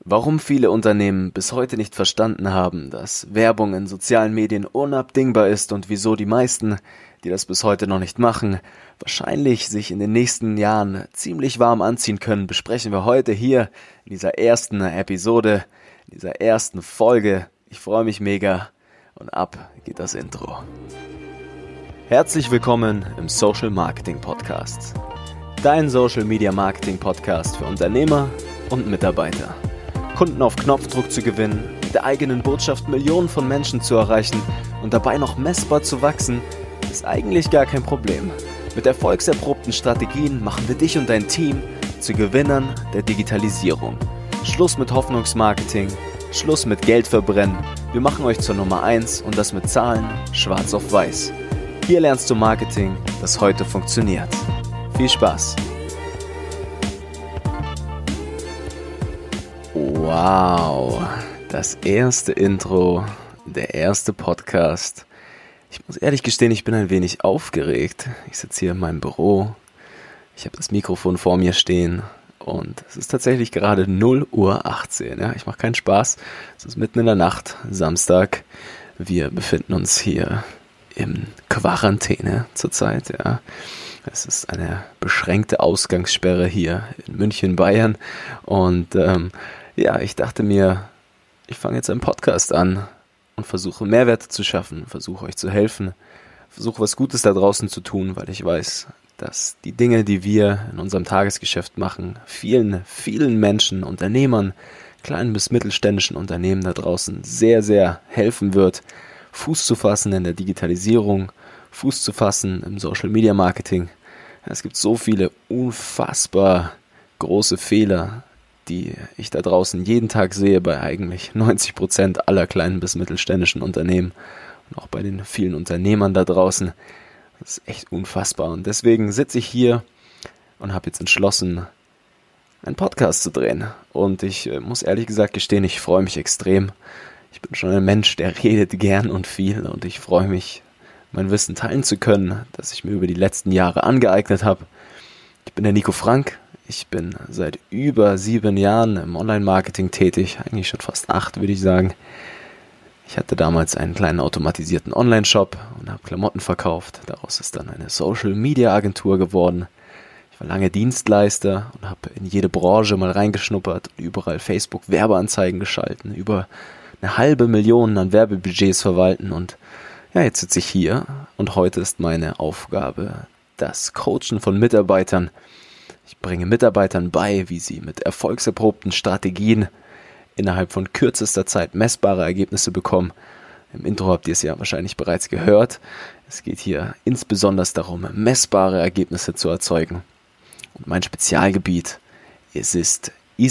Warum viele Unternehmen bis heute nicht verstanden haben, dass Werbung in sozialen Medien unabdingbar ist und wieso die meisten, die das bis heute noch nicht machen, wahrscheinlich sich in den nächsten Jahren ziemlich warm anziehen können, besprechen wir heute hier in dieser ersten Episode, in dieser ersten Folge. Ich freue mich mega und ab geht das Intro. Herzlich willkommen im Social Marketing Podcast. Dein Social Media Marketing Podcast für Unternehmer und Mitarbeiter. Kunden auf Knopfdruck zu gewinnen, mit der eigenen Botschaft Millionen von Menschen zu erreichen und dabei noch messbar zu wachsen, ist eigentlich gar kein Problem. Mit erfolgserprobten Strategien machen wir dich und dein Team zu Gewinnern der Digitalisierung. Schluss mit Hoffnungsmarketing, Schluss mit Geld verbrennen. Wir machen euch zur Nummer 1 und das mit Zahlen, schwarz auf weiß. Hier lernst du Marketing, das heute funktioniert. Viel Spaß! Wow, das erste Intro, der erste Podcast. Ich muss ehrlich gestehen, ich bin ein wenig aufgeregt. Ich sitze hier in meinem Büro, ich habe das Mikrofon vor mir stehen und es ist tatsächlich gerade 0:18 Uhr. Ja? Ich mache keinen Spaß, es ist mitten in der Nacht, Samstag. Wir befinden uns hier in Quarantäne zurzeit. Ja. Es ist eine beschränkte Ausgangssperre hier in München, Bayern und ich dachte mir, ich fange jetzt einen Podcast an und versuche Mehrwerte zu schaffen, versuche euch zu helfen, versuche was Gutes da draußen zu tun, weil ich weiß, dass die Dinge, die wir in unserem Tagesgeschäft machen, vielen, vielen Menschen, Unternehmern, kleinen bis mittelständischen Unternehmen da draußen sehr, sehr helfen wird, Fuß zu fassen in der Digitalisierung, Fuß zu fassen im Social Media Marketing. Es gibt so viele unfassbar große Fehler, die ich da draußen jeden Tag sehe bei eigentlich 90% aller kleinen bis mittelständischen Unternehmen und auch bei den vielen Unternehmern da draußen. Das ist echt unfassbar und deswegen sitze ich hier und habe jetzt entschlossen, einen Podcast zu drehen und ich muss ehrlich gesagt gestehen, ich freue mich extrem. Ich bin schon ein Mensch, der redet gern und viel und ich freue mich, mein Wissen teilen zu können, das ich mir über die letzten Jahre angeeignet habe. Ich bin der Nico Frank. Ich bin seit über 7 Jahren im Online-Marketing tätig, eigentlich schon fast 8, würde ich sagen. Ich hatte damals einen kleinen automatisierten Online-Shop und habe Klamotten verkauft. Daraus ist dann eine Social-Media-Agentur geworden. Ich war lange Dienstleister und habe in jede Branche mal reingeschnuppert und überall Facebook-Werbeanzeigen geschalten, über 500.000 an Werbebudgets verwalten und ja, jetzt sitze ich hier und heute ist meine Aufgabe das Coachen von Mitarbeitern. Ich bringe Mitarbeitern bei, wie sie mit erfolgserprobten Strategien innerhalb von kürzester Zeit messbare Ergebnisse bekommen. Im Intro habt ihr es ja wahrscheinlich bereits gehört. Es geht hier insbesondere darum, messbare Ergebnisse zu erzeugen. Und mein Spezialgebiet ist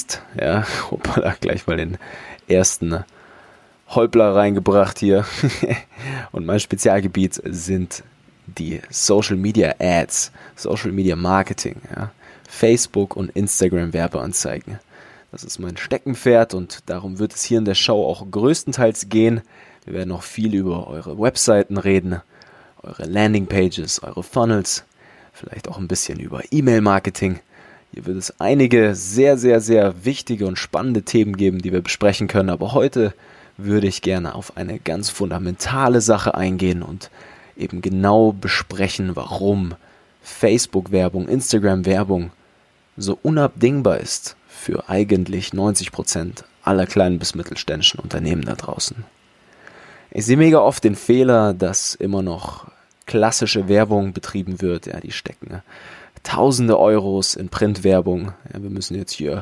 hoppala, gleich mal den ersten Holpler reingebracht hier. Und mein Spezialgebiet sind die Social Media Ads, Social Media Marketing, ja. Facebook und Instagram Werbeanzeigen. Das ist mein Steckenpferd und darum wird es hier in der Show auch größtenteils gehen. Wir werden noch viel über eure Webseiten reden, eure Landingpages, eure Funnels, vielleicht auch ein bisschen über E-Mail-Marketing. Hier wird es einige sehr, sehr, sehr wichtige und spannende Themen geben, die wir besprechen können. Aber heute würde ich gerne auf eine ganz fundamentale Sache eingehen und eben genau besprechen, warum Facebook-Werbung, Instagram-Werbung so unabdingbar ist für eigentlich 90% aller kleinen bis mittelständischen Unternehmen da draußen. Ich sehe mega oft den Fehler, dass immer noch klassische Werbung betrieben wird. Ja, die stecken Tausende Euros in Printwerbung. Ja, wir müssen jetzt hier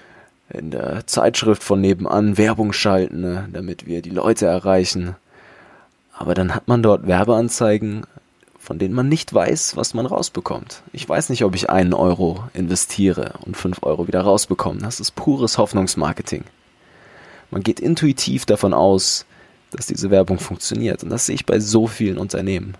in der Zeitschrift von nebenan Werbung schalten, damit wir die Leute erreichen. Aber dann hat man dort Werbeanzeigen, von denen man nicht weiß, was man rausbekommt. Ich weiß nicht, ob ich 1 Euro investiere und 5 Euro wieder rausbekomme. Das ist pures Hoffnungsmarketing. Man geht intuitiv davon aus, dass diese Werbung funktioniert. Und das sehe ich bei so vielen Unternehmen.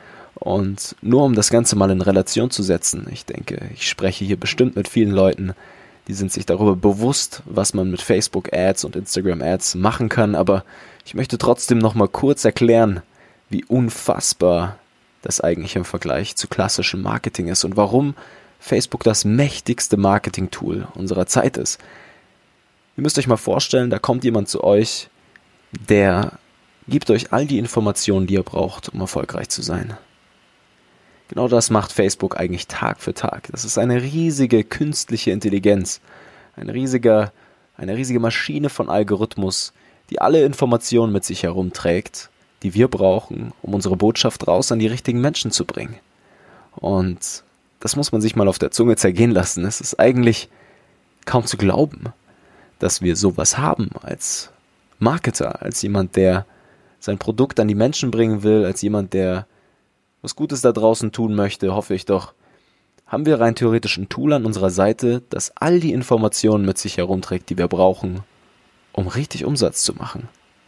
Und nur um das Ganze mal in Relation zu setzen, ich denke, ich spreche hier bestimmt mit vielen Leuten, die sind sich darüber bewusst, was man mit Facebook-Ads und Instagram-Ads machen kann. Aber ich möchte trotzdem noch mal kurz erklären, wie unfassbar das eigentlich im Vergleich zu klassischem Marketing ist und warum Facebook das mächtigste Marketing-Tool unserer Zeit ist. Ihr müsst euch mal vorstellen, da kommt jemand zu euch, der gibt euch all die Informationen, die ihr braucht, um erfolgreich zu sein. Genau das macht Facebook eigentlich Tag für Tag. Das ist eine riesige künstliche Intelligenz, eine riesige Maschine von Algorithmus, die alle Informationen mit sich herumträgt, die wir brauchen, um unsere Botschaft raus an die richtigen Menschen zu bringen. Und das muss man sich mal auf der Zunge zergehen lassen. Es ist eigentlich kaum zu glauben, dass wir sowas haben als Marketer, als jemand, der sein Produkt an die Menschen bringen will, als jemand, der was Gutes da draußen tun möchte, hoffe ich doch, haben wir rein theoretisch ein Tool an unserer Seite, das all die Informationen mit sich herumträgt, die wir brauchen, um richtig Umsatz zu machen.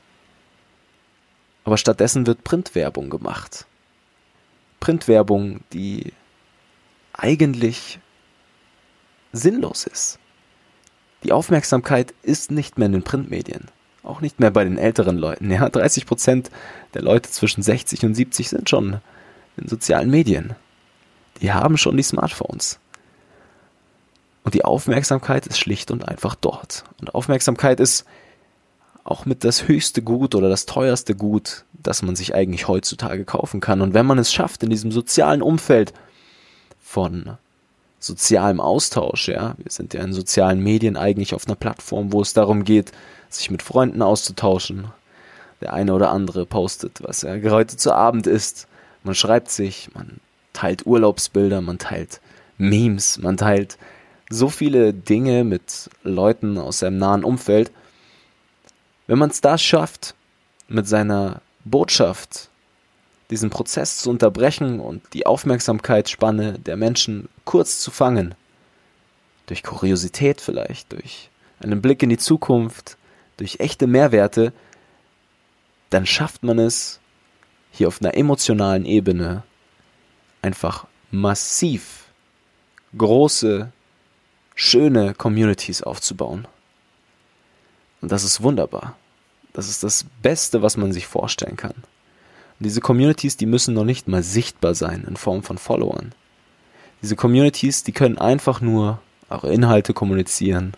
Aber stattdessen wird Printwerbung gemacht. Printwerbung, die eigentlich sinnlos ist. Die Aufmerksamkeit ist nicht mehr in den Printmedien. Auch nicht mehr bei den älteren Leuten. Ja, 30% der Leute zwischen 60 und 70 sind schon in sozialen Medien. Die haben schon die Smartphones. Und die Aufmerksamkeit ist schlicht und einfach dort. Und Aufmerksamkeit ist auch mit das höchste Gut oder das teuerste Gut, das man sich eigentlich heutzutage kaufen kann. Und wenn man es schafft, in diesem sozialen Umfeld von sozialem Austausch, ja, wir sind ja in sozialen Medien eigentlich auf einer Plattform, wo es darum geht, sich mit Freunden auszutauschen. Der eine oder andere postet, was er heute zu Abend isst. Man schreibt sich, man teilt Urlaubsbilder, man teilt Memes, man teilt so viele Dinge mit Leuten aus seinem nahen Umfeld. Wenn man es da schafft, mit seiner Botschaft diesen Prozess zu unterbrechen und die Aufmerksamkeitsspanne der Menschen kurz zu fangen, durch Kuriosität vielleicht, durch einen Blick in die Zukunft, durch echte Mehrwerte, dann schafft man es, hier auf einer emotionalen Ebene einfach massiv große, schöne Communities aufzubauen. Und das ist wunderbar. Das ist das Beste, was man sich vorstellen kann. Und diese Communities, die müssen noch nicht mal sichtbar sein in Form von Followern. Diese Communities, die können einfach nur eure Inhalte kommunizieren.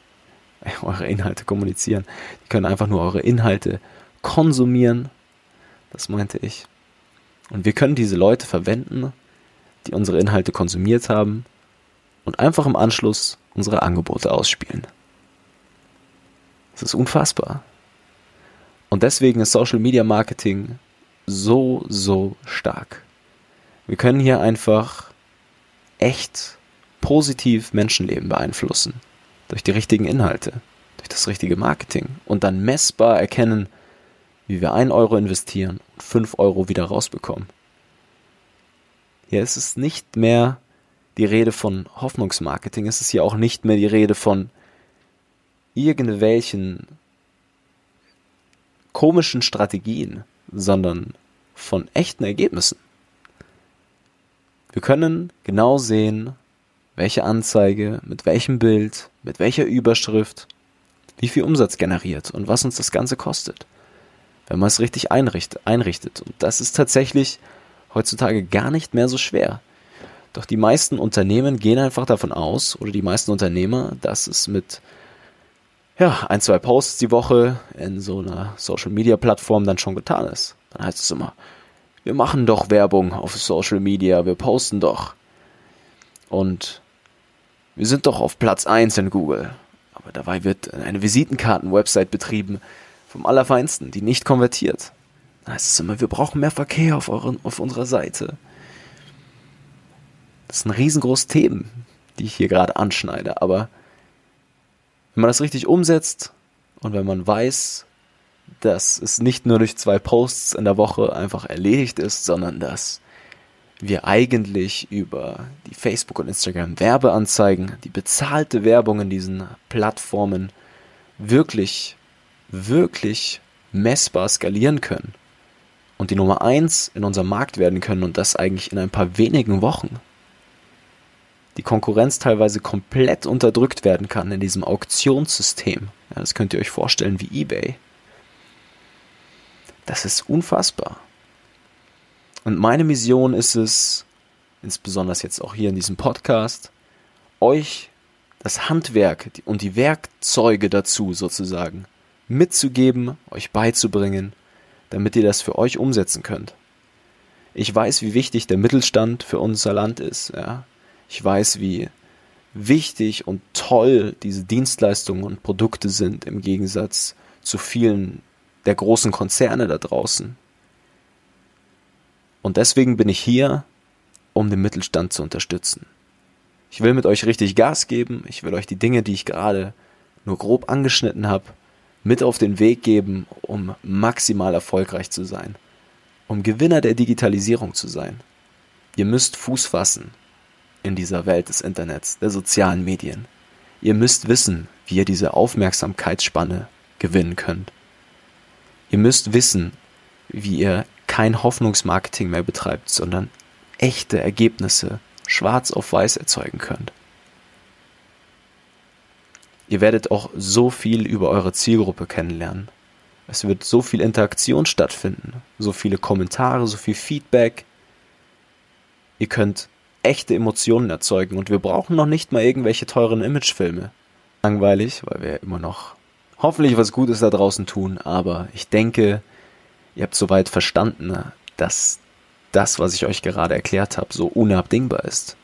Die können einfach nur eure Inhalte konsumieren. Das meinte ich. Und wir können diese Leute verwenden, die unsere Inhalte konsumiert haben und einfach im Anschluss unsere Angebote ausspielen. Das ist unfassbar. Und deswegen ist Social Media Marketing so stark. Wir können hier einfach echt positiv Menschenleben beeinflussen. Durch die richtigen Inhalte, durch das richtige Marketing und dann messbar erkennen, wie wir 1 Euro investieren und 5 Euro wieder rausbekommen. Hier ist es nicht mehr die Rede von Hoffnungsmarketing, es ist hier auch nicht mehr die Rede von irgendwelchen komischen Strategien, sondern von echten Ergebnissen. Wir können genau sehen, welche Anzeige, mit welchem Bild, mit welcher Überschrift, wie viel Umsatz generiert und was uns das Ganze kostet, wenn man es richtig einrichtet. Und das ist tatsächlich heutzutage gar nicht mehr so schwer. Doch die meisten Unternehmen gehen einfach davon aus, oder die meisten Unternehmer, dass es mit 1, 2 Posts die Woche in so einer Social-Media-Plattform dann schon getan ist. Dann heißt es immer, wir machen doch Werbung auf Social Media, wir posten doch. Und wir sind doch auf Platz 1 in Google. Aber dabei wird eine Visitenkarten-Website betrieben vom Allerfeinsten, die nicht konvertiert. Dann heißt es immer, wir brauchen mehr Verkehr auf unserer Seite. Das sind riesengroße Themen, die ich hier gerade anschneide, aber wenn man das richtig umsetzt und wenn man weiß, dass es nicht nur durch 2 Posts in der Woche einfach erledigt ist, sondern dass wir eigentlich über die Facebook- und Instagram-Werbeanzeigen, die bezahlte Werbung in diesen Plattformen wirklich messbar skalieren können und die Nummer 1 in unserem Markt werden können und das eigentlich in ein paar wenigen Wochen. Die Konkurrenz teilweise komplett unterdrückt werden kann in diesem Auktionssystem. Ja, das könnt ihr euch vorstellen wie eBay. Das ist unfassbar. Und meine Mission ist es, insbesondere jetzt auch hier in diesem Podcast, euch das Handwerk und die Werkzeuge dazu sozusagen mitzugeben, euch beizubringen, damit ihr das für euch umsetzen könnt. Ich weiß, wie wichtig der Mittelstand für unser Land ist. Ja? Ich weiß, wie wichtig und toll diese Dienstleistungen und Produkte sind im Gegensatz zu vielen der großen Konzerne da draußen. Und deswegen bin ich hier, um den Mittelstand zu unterstützen. Ich will mit euch richtig Gas geben. Ich will euch die Dinge, die ich gerade nur grob angeschnitten habe, mit auf den Weg geben, um maximal erfolgreich zu sein. Um Gewinner der Digitalisierung zu sein. Ihr müsst Fuß fassen in dieser Welt des Internets, der sozialen Medien. Ihr müsst wissen, wie ihr diese Aufmerksamkeitsspanne gewinnen könnt. Ihr müsst wissen, wie ihr kein Hoffnungsmarketing mehr betreibt, sondern echte Ergebnisse schwarz auf weiß erzeugen könnt. Ihr werdet auch so viel über eure Zielgruppe kennenlernen. Es wird so viel Interaktion stattfinden, so viele Kommentare, so viel Feedback. Ihr könnt echte Emotionen erzeugen und wir brauchen noch nicht mal irgendwelche teuren Imagefilme. Langweilig, weil wir immer noch hoffentlich was Gutes da draußen tun, aber ich denke, ihr habt soweit verstanden, dass das, was ich euch gerade erklärt habe, so unabdingbar ist.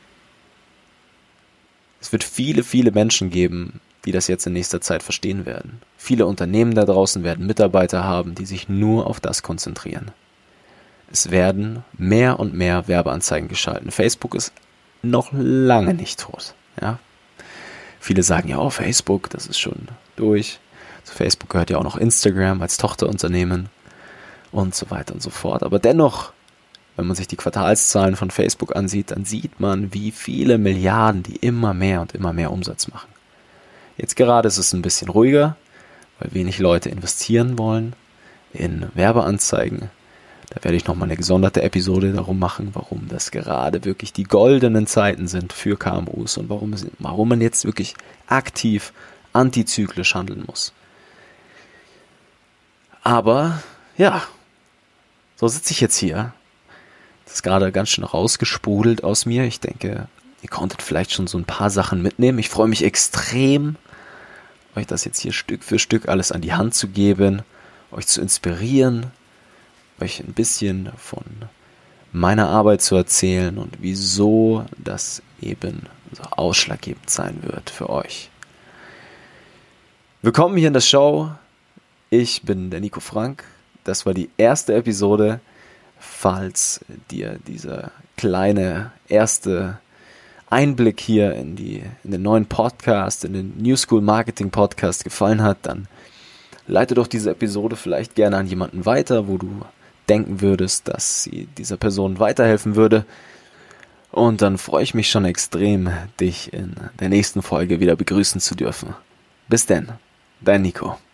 Es wird viele, viele Menschen geben, die das jetzt in nächster Zeit verstehen werden. Viele Unternehmen da draußen werden Mitarbeiter haben, die sich nur auf das konzentrieren. Es werden mehr und mehr Werbeanzeigen geschalten. Facebook ist noch lange nicht tot. Ja? Viele sagen ja, oh, Facebook, das ist schon durch. Zu Facebook gehört ja auch noch Instagram als Tochterunternehmen und so weiter und so fort. Aber dennoch, wenn man sich die Quartalszahlen von Facebook ansieht, dann sieht man, wie viele Milliarden die immer mehr und immer mehr Umsatz machen. Jetzt gerade ist es ein bisschen ruhiger, weil wenig Leute investieren wollen in Werbeanzeigen. Da werde ich nochmal eine gesonderte Episode darum machen, warum das gerade wirklich die goldenen Zeiten sind für KMUs und warum man jetzt wirklich aktiv antizyklisch handeln muss. Aber ja, so sitze ich jetzt hier. Das ist gerade ganz schön rausgesprudelt aus mir. Ich denke, ihr konntet vielleicht schon so ein paar Sachen mitnehmen. Ich freue mich extrem, euch das jetzt hier Stück für Stück alles an die Hand zu geben, euch zu inspirieren, euch ein bisschen von meiner Arbeit zu erzählen und wieso das eben so ausschlaggebend sein wird für euch. Willkommen hier in der Show. Ich bin der Nico Frank. Das war die erste Episode. Falls dir dieser kleine erste Einblick hier in den neuen Podcast, in den New School Marketing Podcast gefallen hat, dann leite doch diese Episode vielleicht gerne an jemanden weiter, wo du denken würdest, dass sie dieser Person weiterhelfen würde. Und dann freue ich mich schon extrem, dich in der nächsten Folge wieder begrüßen zu dürfen. Bis denn, dein Nico.